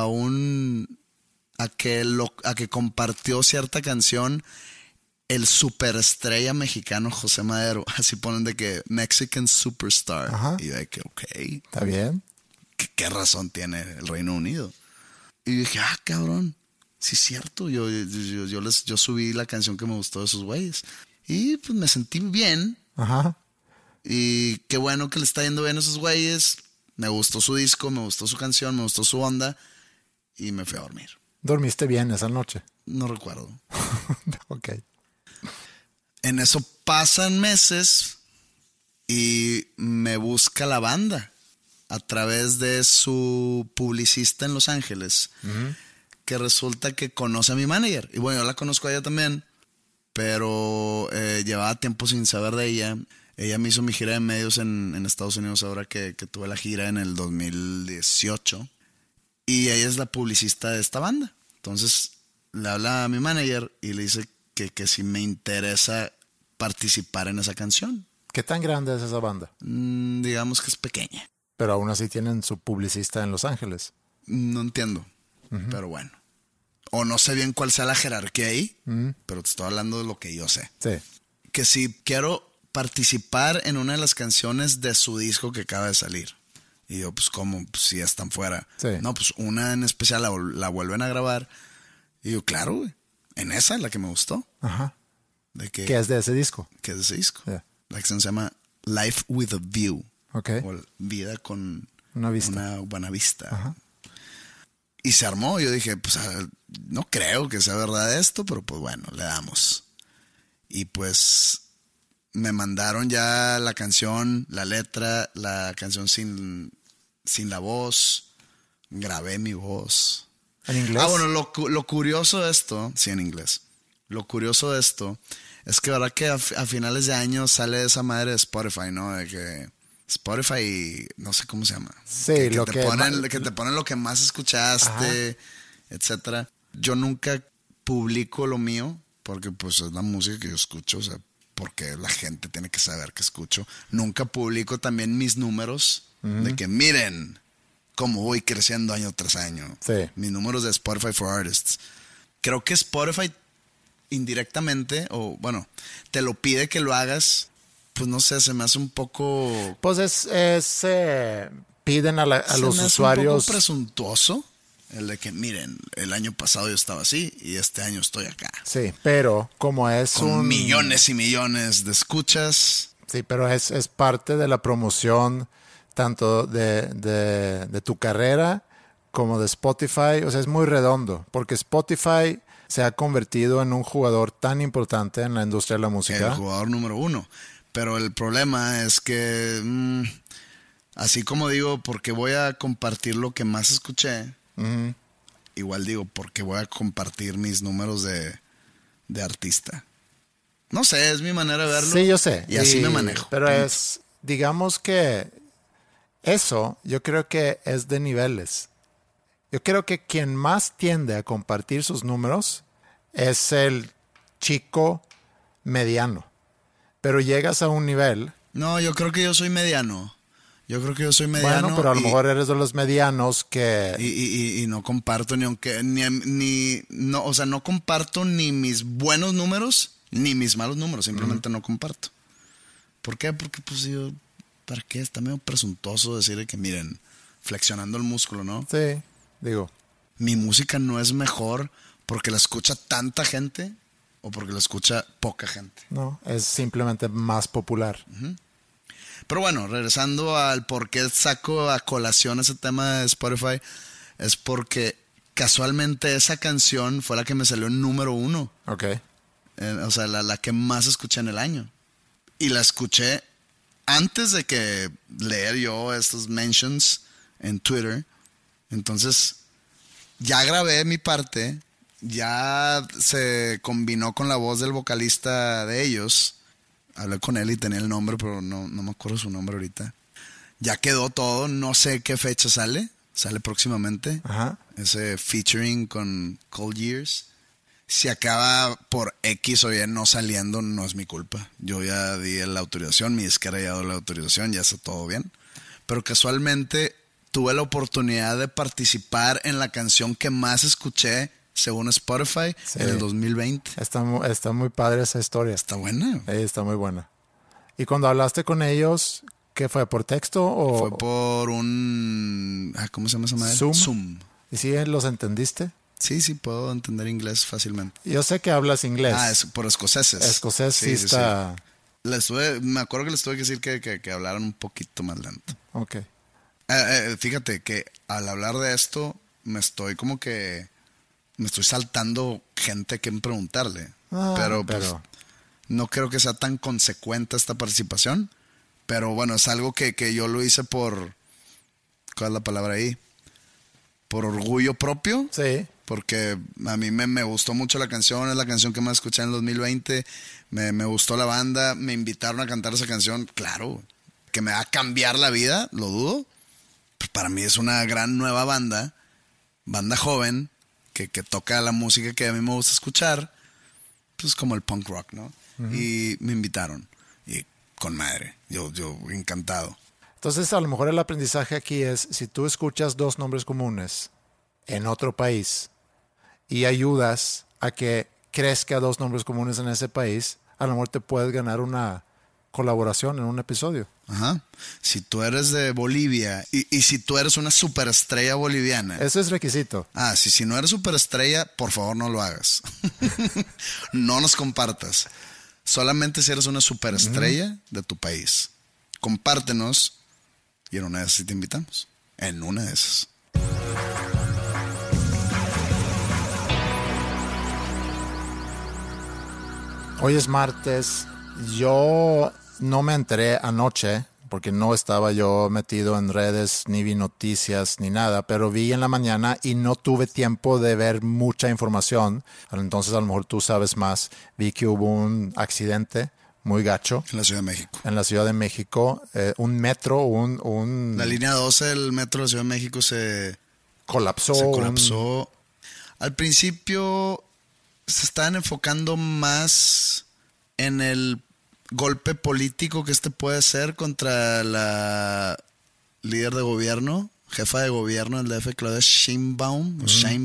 que compartió cierta canción el superestrella mexicano José Madero. Así ponen de que Mexican Superstar. Ajá. Y yo de que ok, ¿está bien? ¿Qué razón tiene el Reino Unido? Y dije, cabrón, sí es cierto. Yo subí la canción que me gustó de esos güeyes. Y pues me sentí bien. Ajá. Y qué bueno que le está yendo bien a esos güeyes. Me gustó su disco, me gustó su canción, me gustó su onda. Y me fui a dormir. ¿Dormiste bien esa noche? No recuerdo. Ok. En eso pasan meses y me busca la banda a través de su publicista en Los Ángeles, uh-huh, que resulta que conoce a mi manager. Y bueno, yo la conozco a ella también, pero llevaba tiempo sin saber de ella. Ella me hizo mi gira de medios en Estados Unidos ahora que tuve la gira en el 2018. Y ella es la publicista de esta banda. Entonces le habla a mi manager y le dice que si me interesa participar en esa canción. ¿Qué tan grande es esa banda? Digamos que es pequeña. Pero aún así tienen su publicista en Los Ángeles. No entiendo, uh-huh, pero bueno. O no sé bien cuál sea la jerarquía ahí, uh-huh, pero te estoy hablando de lo que yo sé. Sí. Que si quiero participar en una de las canciones de su disco que acaba de salir. Y yo, pues, ¿cómo? Pues, si ya están fuera. Sí. No, pues, una en especial la vuelven a grabar. Y yo, claro, güey. En esa, la que me gustó. Ajá. ¿Qué es de ese disco? ¿Qué es de ese disco? Yeah. La canción se llama Life with a View. Okay. O vida con una vista. Una buena vista. Ajá. Y se armó. Yo dije, pues no creo que sea verdad esto, pero pues bueno, le damos. Y pues me mandaron ya la canción, la letra, la canción sin la voz. Grabé mi voz. ¿En inglés? Bueno, lo curioso de esto, sí, en inglés. Lo curioso de esto Es que verdad que a finales de año sale esa madre de Spotify, ¿no? De que Spotify, no sé cómo se llama. Sí, que te ponen lo que más escuchaste, etcétera. Yo nunca publico lo mío porque pues es la música que yo escucho, o sea, porque la gente tiene que saber que escucho. Nunca publico también mis números de que miren cómo voy creciendo año tras año. Sí. Mis números de Spotify for Artists. Creo que Spotify indirectamente, o bueno, te lo pide que lo hagas, pues no sé, se me hace un poco... Pues piden a los usuarios... un poco presuntuoso el de que, miren, el año pasado yo estaba así y este año estoy acá. Sí, pero como es con millones y millones de escuchas. Sí, pero es parte de la promoción tanto de tu carrera como de Spotify. O sea, es muy redondo, porque Spotify se ha convertido en un jugador tan importante en la industria de la música. El jugador número 1. Pero el problema es que, así como digo, porque voy a compartir lo que más escuché, igual digo, porque voy a compartir mis números de artista. No sé, es mi manera de verlo. Sí, yo sé. Y así me manejo. Pero digamos que eso yo creo que es de niveles. Yo creo que quien más tiende a compartir sus números es el chico mediano. Pero llegas a un nivel... No, yo creo que yo soy mediano. Bueno, pero a lo mejor eres de los medianos que... Y no comparto no comparto ni mis buenos números ni mis malos números. Simplemente no comparto. ¿Por qué? Porque pues yo... ¿Para qué? Está medio presuntuoso decirle que miren, flexionando el músculo, ¿no? Sí, digo. Mi música no es mejor porque la escucha tanta gente o porque la escucha poca gente. No, es simplemente más popular. Pero bueno, regresando al por qué saco a colación ese tema de Spotify, es porque casualmente esa canción fue la que me salió en número 1. Ok. O sea, la que más escuché en el año. Y la escuché antes de que leer yo estos mentions en Twitter. Entonces, ya grabé mi parte, ya se combinó con la voz del vocalista de ellos. Hablé con él y tenía el nombre, pero no me acuerdo su nombre ahorita. Ya quedó todo, no sé qué fecha sale. Sale próximamente. Ajá. Ese featuring con Cold Years. Si acaba por X o Y no saliendo, no es mi culpa. Yo ya di la autorización, mi disquera ya dio la autorización, ya está todo bien. Pero casualmente tuve la oportunidad de participar en la canción que más escuché según Spotify en el 2020. Está muy padre esa historia. Está buena. Está muy buena. ¿Y cuando hablaste con ellos, qué fue? ¿Por texto o...? Fue por un... ¿Cómo se llama esa madre? Zoom. ¿Y si los entendiste? Sí, puedo entender inglés fácilmente. Yo sé que hablas inglés. Es por escoceses. Escocés sí está... Sí. Me acuerdo que les tuve que decir que hablaran un poquito más lento. Ok. Fíjate que al hablar de esto me estoy saltando gente que preguntarle. Pero no creo que sea tan consecuente esta participación. Pero bueno, es algo que yo lo hice por... ¿Cuál es la palabra ahí? Por orgullo propio. Sí. Porque a mí me gustó mucho la canción. Es la canción que más escuché en el 2020. Me gustó la banda. Me invitaron a cantar esa canción. Claro, que me va a cambiar la vida, lo dudo. Pues para mí es una gran nueva banda joven, que toca la música que a mí me gusta escuchar, pues como el punk rock, ¿no? Uh-huh. Y me invitaron, y con madre, yo encantado. Entonces a lo mejor el aprendizaje aquí es, si tú escuchas dos nombres comunes en otro país y ayudas a que crezca dos nombres comunes en ese país, a lo mejor te puedes ganar una colaboración en un episodio. Ajá. Si tú eres de Bolivia y si tú eres una superestrella boliviana. Eso es requisito. Si no eres superestrella, por favor no lo hagas. No nos compartas. Solamente si eres una superestrella de tu país. Compártenos y en una de esas sí te invitamos. En una de esas. Hoy es martes. Yo no me enteré anoche porque no estaba yo metido en redes, ni vi noticias, ni nada, pero vi en la mañana y no tuve tiempo de ver mucha información. Entonces a lo mejor tú sabes más. Vi que hubo un accidente muy gacho. En la Ciudad de México. En la Ciudad de México, un metro, La línea 12 del metro de la Ciudad de México se colapsó. Se colapsó. Al principio se estaban enfocando más en el golpe político que puede ser contra la líder de gobierno, jefa de gobierno del DF, Claudia Sheinbaum,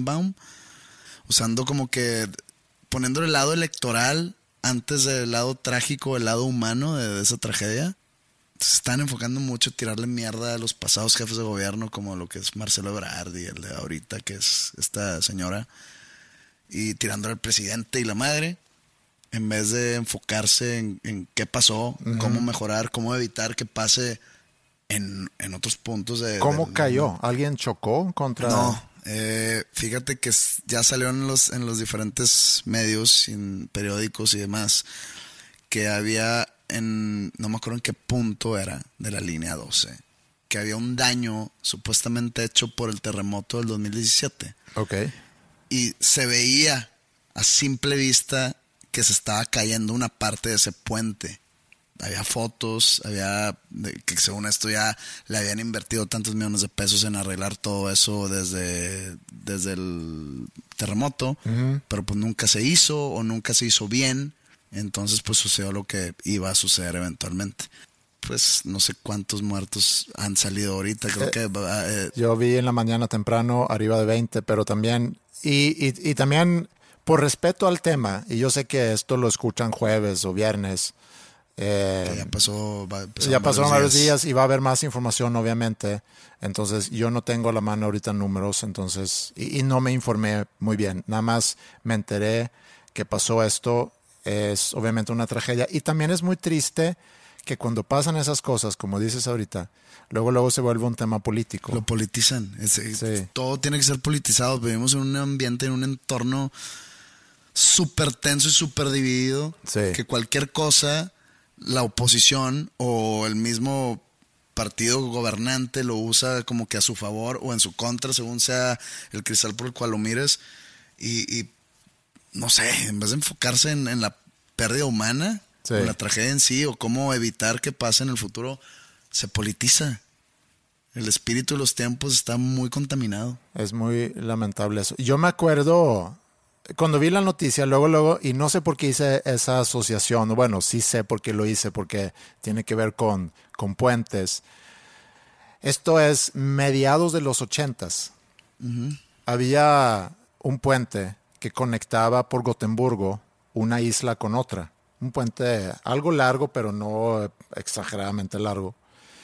usando como que poniendo el lado electoral antes del lado trágico, el lado humano de esa tragedia. Se están enfocando mucho en tirarle mierda a los pasados jefes de gobierno, como lo que es Marcelo Ebrard y el de ahorita, que es esta señora, y tirándole al presidente y la madre, en vez de enfocarse en qué pasó, cómo mejorar, cómo evitar que pase en otros puntos de... ¿Cómo cayó? ¿Alguien chocó contra...? No, fíjate que ya salió en los diferentes medios, en periódicos y demás, que había no me acuerdo en qué punto era de la línea 12, que había un daño supuestamente hecho por el terremoto del 2017. Ok. Y se veía a simple vista que se estaba cayendo una parte de ese puente. Había fotos, que según esto ya le habían invertido tantos millones de pesos en arreglar todo eso desde el terremoto, pero pues nunca se hizo o nunca se hizo bien. Entonces pues sucedió lo que iba a suceder eventualmente. Pues no sé cuántos muertos han salido ahorita, creo que... Yo vi en la mañana temprano arriba de 20, pero también... Y también por respeto al tema, y yo sé que esto lo escuchan jueves o viernes... ya pasaron varios días y va a haber más información obviamente, entonces yo no tengo a la mano ahorita números, entonces y no me informé muy bien, nada más me enteré que pasó esto. Es obviamente una tragedia y también es muy triste que cuando pasan esas cosas, como dices ahorita, luego se vuelve un tema político. Lo politizan. Sí. Todo tiene que ser politizado. Vivimos en un ambiente, en un entorno súper tenso y súper dividido, sí, que cualquier cosa, la oposición o el mismo partido gobernante lo usa como que a su favor o en su contra, según sea el cristal por el cual lo mires. Y no sé, en vez de enfocarse en la pérdida humana, sí, en la tragedia en sí, o cómo evitar que pase en el futuro, se politiza. El espíritu de los tiempos está muy contaminado. Es muy lamentable eso. Yo me acuerdo, cuando vi la noticia, luego, y no sé por qué hice esa asociación, bueno, sí sé por qué lo hice, porque tiene que ver con puentes. Esto es mediados de los 80s. Había un puente que conectaba por Gotemburgo una isla con otra. Un puente algo largo, pero no exageradamente largo.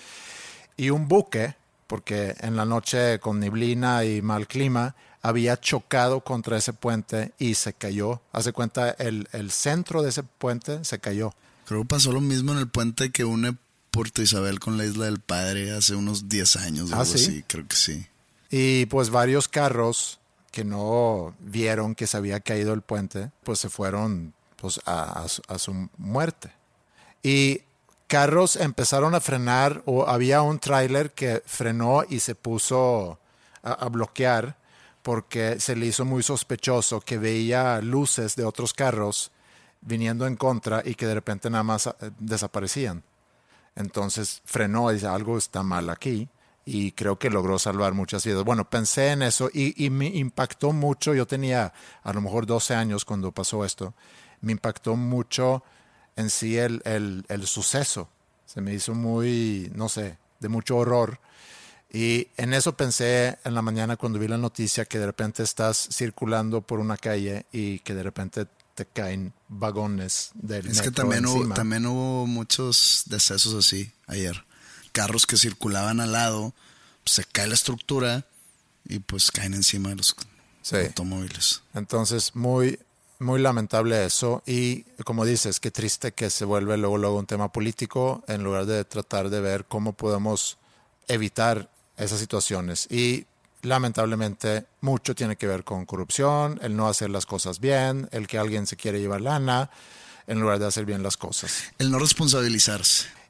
Y un buque, porque en la noche con neblina y mal clima, había chocado contra ese puente y se cayó. Hace cuenta, el centro de ese puente se cayó. Creo que pasó lo mismo en el puente que une Puerto Isabel con la Isla del Padre hace unos 10 años. ¿Ah, sí? Así, creo que sí. Y pues varios carros que no vieron que se había caído el puente, pues se fueron pues, a su muerte. Y carros empezaron a frenar, o había un tráiler que frenó y se puso a bloquear porque se le hizo muy sospechoso que veía luces de otros carros viniendo en contra y que de repente nada más desaparecían. Entonces frenó y dice, algo está mal aquí. Y creo que logró salvar muchas vidas. Bueno, pensé en eso y me impactó mucho. Yo tenía a lo mejor 12 años cuando pasó esto. Me impactó mucho en sí el suceso. Se me hizo muy, no sé, de mucho horror. Y en eso pensé en la mañana cuando vi la noticia que de repente estás circulando por una calle y que de repente te caen vagones del metro. Es que también hubo muchos decesos así ayer. Carros que circulaban al lado, pues se cae la estructura y pues caen encima de los automóviles. Entonces, muy, muy lamentable eso. Y como dices, qué triste que se vuelve luego un tema político en lugar de tratar de ver cómo podemos evitar esas situaciones. Y lamentablemente mucho tiene que ver con corrupción, el no hacer las cosas bien, el que alguien se quiere llevar lana en lugar de hacer bien las cosas. El no responsabilizarse.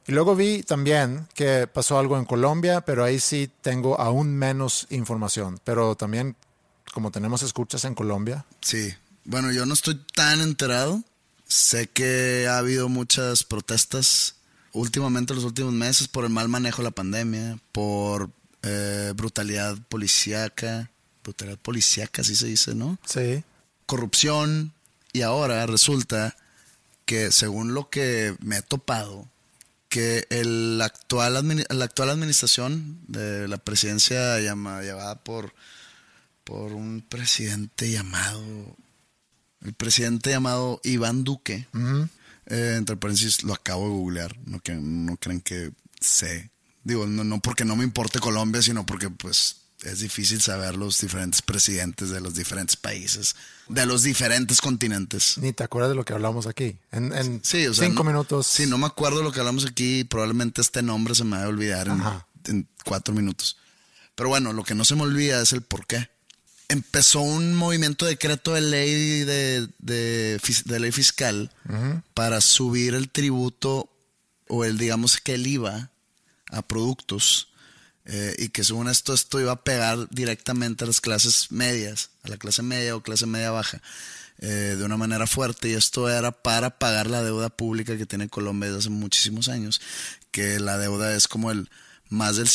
Y luego vi también que pasó algo en Colombia, pero ahí sí tengo aún menos información. Pero también, como tenemos escuchas en Colombia. Sí, bueno, yo no estoy tan enterado. Sé que ha habido muchas protestas últimamente, los últimos meses, por el mal manejo de la pandemia, por brutalidad policíaca, así se dice, ¿no? Sí. Corrupción, y ahora resulta que, según lo que me he topado, que la actual administración de la presidencia llevada por un presidente llamado Iván Duque, entre paréntesis, lo acabo de googlear, no crean que sé, digo, no porque no me importe Colombia, sino porque pues es difícil saber los diferentes presidentes de los diferentes países, de los diferentes continentes. Ni te acuerdas de lo que hablamos aquí. Sí, o sea, 5 minutos. Sí, no me acuerdo de lo que hablamos aquí. Probablemente este nombre se me va a olvidar en 4 minutos. Pero bueno, lo que no se me olvida es el por qué. Empezó un movimiento de decreto de ley de ley fiscal para subir el tributo o digamos que el IVA a productos. Y que según esto iba a pegar directamente a las clases medias, a la clase media o clase media baja, de una manera fuerte. Y esto era para pagar la deuda pública que tiene Colombia desde hace muchísimos años, que la deuda es como más del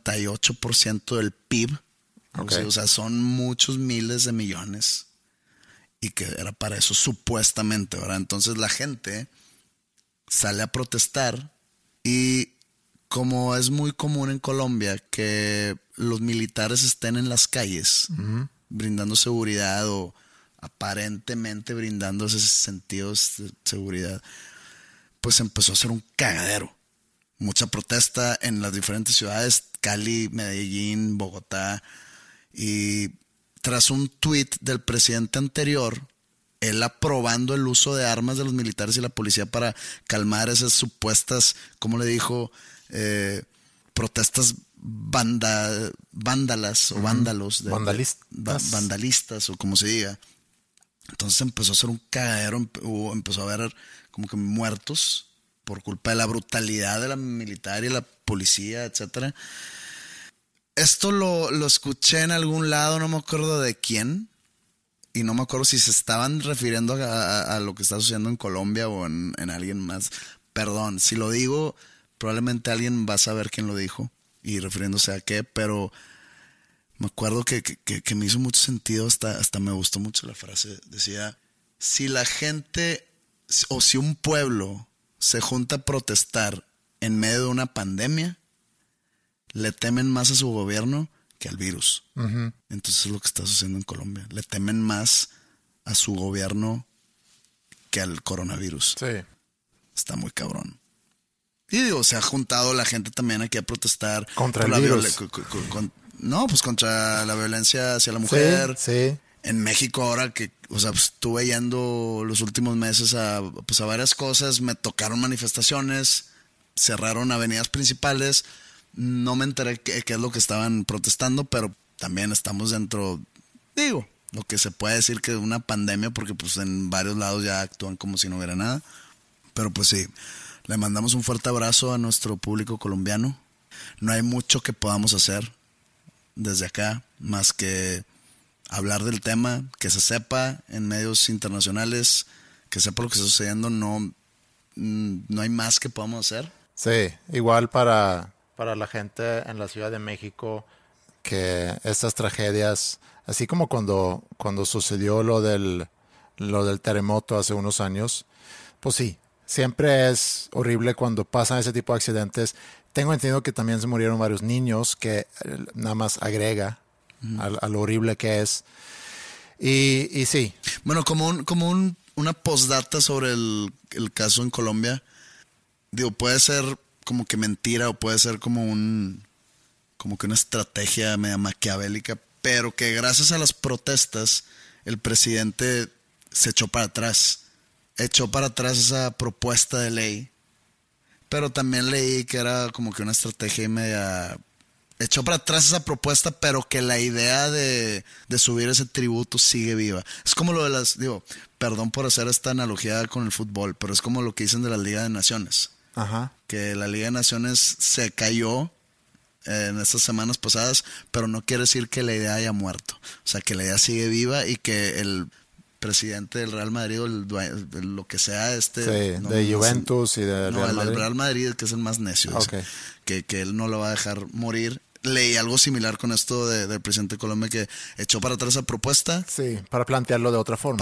58% del PIB. Okay. O sea, son muchos miles de millones. Y que era para eso supuestamente, ¿verdad? Entonces la gente sale a protestar y... Como es muy común en Colombia que los militares estén en las calles brindando seguridad o aparentemente brindando esos sentidos de seguridad, pues empezó a ser un cagadero. Mucha protesta en las diferentes ciudades, Cali, Medellín, Bogotá. Y tras un tuit del presidente anterior, él aprobando el uso de armas de los militares y la policía para calmar esas supuestas, como le dijo... protestas vándalas o vándalos vandalistas o como se diga. Entonces empezó a ser un cagadero, empezó a haber como que muertos por culpa de la brutalidad de la militar y la policía, etcétera. Esto lo escuché en algún lado, no me acuerdo de quién, y no me acuerdo si se estaban refiriendo a lo que está sucediendo en Colombia o en alguien más. Perdón, si lo digo, probablemente alguien va a saber quién lo dijo y refiriéndose a qué, pero me acuerdo que me hizo mucho sentido, hasta me gustó mucho la frase. Decía, si la gente o si un pueblo se junta a protestar en medio de una pandemia, le temen más a su gobierno que al virus. Entonces es lo que está sucediendo en Colombia. Le temen más a su gobierno que al coronavirus. Sí. Está muy cabrón. Y digo, se ha juntado la gente también aquí a protestar contra el virus. Contra la violencia hacia la mujer. Sí. En México ahora que, o sea, pues, estuve yendo los últimos meses a varias cosas, me tocaron manifestaciones, cerraron avenidas principales, no me enteré qué es lo que estaban protestando, pero también estamos dentro, digo, lo que se puede decir que es una pandemia, porque pues en varios lados ya actúan como si no hubiera nada, pero pues sí. Le mandamos un fuerte abrazo a nuestro público colombiano. No hay mucho que podamos hacer desde acá, más que hablar del tema, que se sepa en medios internacionales, que sepa lo que está sucediendo. No hay más que podamos hacer. Sí, igual para la gente en la Ciudad de México, que estas tragedias, así como cuando sucedió lo del terremoto hace unos años, pues sí. Siempre es horrible cuando pasan ese tipo de accidentes. Tengo entendido que también se murieron varios niños, que nada más agrega a lo horrible que es. Y sí. Bueno, como una postdata sobre el caso en Colombia. Digo, puede ser como que mentira o puede ser como que una estrategia media maquiavélica, pero que gracias a las protestas el presidente se echó para atrás. Echó para atrás esa propuesta de ley, pero también leí que era como que una estrategia media... Echó para atrás esa propuesta, pero que la idea de subir ese tributo sigue viva. Es como lo de perdón por hacer esta analogía con el fútbol, pero es como lo que dicen de la Liga de Naciones. que la Liga de Naciones se cayó en estas semanas pasadas, pero no quiere decir que la idea haya muerto. O sea, que la idea sigue viva y que el presidente del Real Madrid o lo que sea de Juventus y de Real Madrid. El Real Madrid, que es el más necio, que él no lo va a dejar morir. Leí algo similar con esto del presidente de Colombia, que echó para atrás esa propuesta. Sí, para plantearlo de otra forma.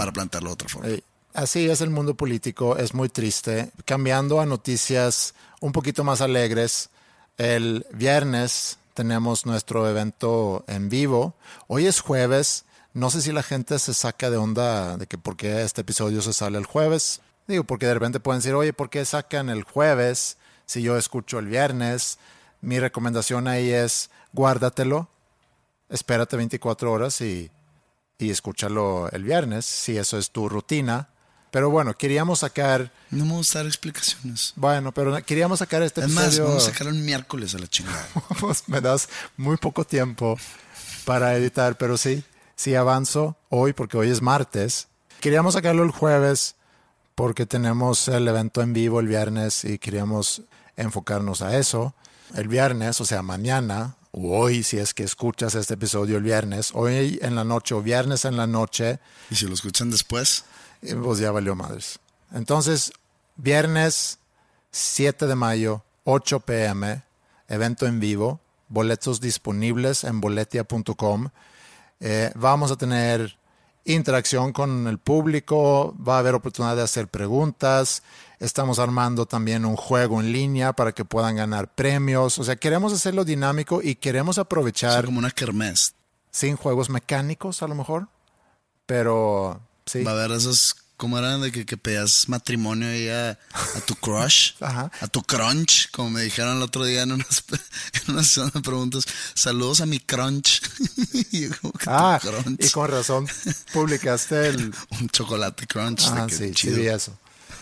Así es el mundo político, es muy triste. Cambiando a noticias un poquito más alegres, el viernes tenemos nuestro evento en vivo. Hoy es jueves. No sé si la gente se saca de onda de que por qué este episodio se sale el jueves. Digo, porque de repente pueden decir, oye, ¿por qué sacan el jueves si yo escucho el viernes? Mi recomendación ahí es guárdatelo, espérate 24 horas y escúchalo el viernes, si eso es tu rutina. Pero bueno, queríamos sacar... No me gusta dar explicaciones. Bueno, pero queríamos sacar este episodio... Es más, vamos a sacarlo el miércoles a la chingada. Pues me das muy poco tiempo para editar, pero sí avanzo hoy porque hoy es martes. Queríamos sacarlo el jueves porque tenemos el evento en vivo el viernes y queríamos enfocarnos a eso. El viernes, o sea, mañana o hoy, si es que escuchas este episodio el viernes, hoy en la noche o viernes en la noche. ¿Y si lo escuchan después? Pues ya valió madres. Entonces, viernes 7 de mayo, 8 p.m., evento en vivo, boletos disponibles en boletia.com. Vamos a tener interacción con el público, va a haber oportunidad de hacer preguntas, estamos armando también un juego en línea para que puedan ganar premios, o sea, queremos hacerlo dinámico y queremos aprovechar... como una kermés. Sin juegos mecánicos a lo mejor, pero sí. Va a haber esos, ¿cómo eran? De que pedías matrimonio ahí a tu crush, a tu crunch, como me dijeron el otro día en una sesión de preguntas. Saludos a mi crunch. Y crunch. Y con razón publicaste un chocolate crunch. Sí, vi eso.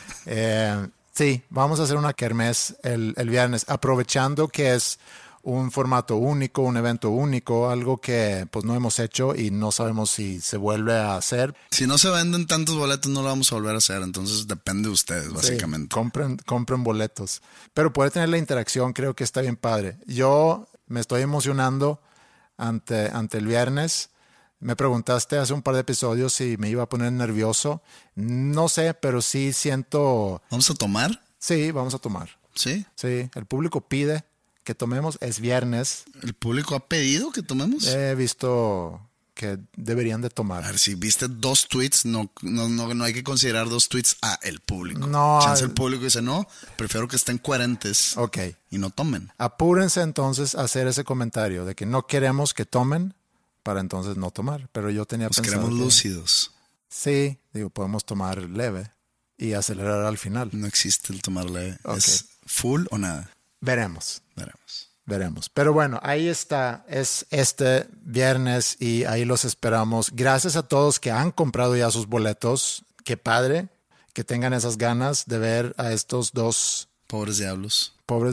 Sí, vamos a hacer una kermés el viernes, aprovechando que es un formato único, un evento único, algo que pues no hemos hecho y no sabemos si se vuelve a hacer. Si no se venden tantos boletos no lo vamos a volver a hacer, entonces depende de ustedes básicamente. Sí, compren boletos. Pero poder tener la interacción creo que está bien padre. Yo me estoy emocionando ante el viernes. Me preguntaste hace un par de episodios si me iba a poner nervioso. No sé, pero sí siento... ¿Vamos a tomar? Sí, vamos a tomar. ¿Sí? Sí, el público pide que tomemos, es viernes. ¿El público ha pedido que tomemos? He visto que deberían de tomar. A ver, si viste 2 tweets, no hay que considerar 2 tweets a el público. No. Chance el público dice, no, prefiero que estén coherentes y no tomen. Apúrense entonces a hacer ese comentario de que no queremos que tomen para entonces no tomar. Pero yo tenía pensado queremos lúcidos. Sí, digo, podemos tomar leve y acelerar al final. No existe el tomar leve. ¿Es full o nada? Veremos. Pero bueno, ahí está. Es este viernes y ahí los esperamos. Gracias a todos que han comprado ya sus boletos. Qué padre que tengan esas ganas de ver a estos dos... Pobres diablos.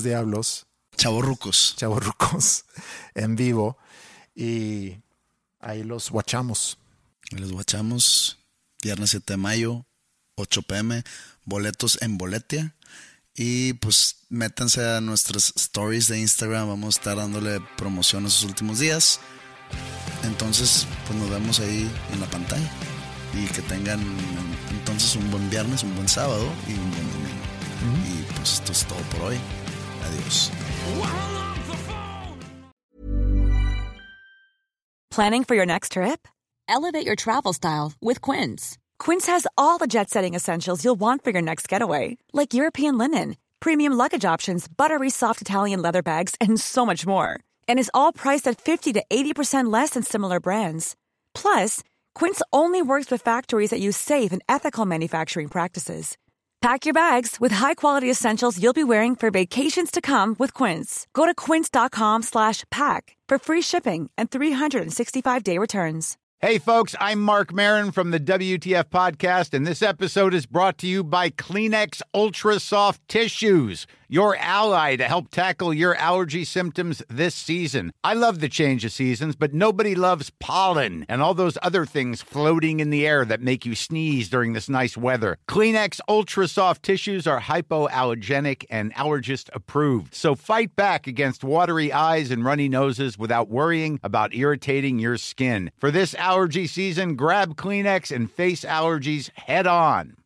Chavorrucos en vivo. Y ahí los guachamos. Viernes 7 de mayo, 8 p.m. Boletos en Boletia. Y pues métanse a nuestras stories de Instagram. Vamos a estar dándole promoción esos últimos días. Entonces pues nos vemos ahí en la pantalla. Y que tengan entonces un buen viernes, un buen sábado y un buen domingo. Y pues esto es todo por hoy. Adiós. Planning for your next trip? Elevate your travel style with Quince. Quince has all the jet-setting essentials you'll want for your next getaway, like European linen, premium luggage options, buttery soft Italian leather bags, and so much more. And is all priced at 50 to 80% less than similar brands. Plus, Quince only works with factories that use safe and ethical manufacturing practices. Pack your bags with high-quality essentials you'll be wearing for vacations to come with Quince. Go to quince.com/pack for free shipping and 365-day returns. Hey, folks, I'm Mark Maron from the WTF Podcast, and this episode is brought to you by Kleenex Ultra Soft Tissues. your ally to help tackle your allergy symptoms this season. I love the change of seasons, but nobody loves pollen and all those other things floating in the air that make you sneeze during this nice weather. Kleenex Ultra Soft Tissues are hypoallergenic and allergist approved. So fight back against watery eyes and runny noses without worrying about irritating your skin. For this allergy season, grab Kleenex and face allergies head on.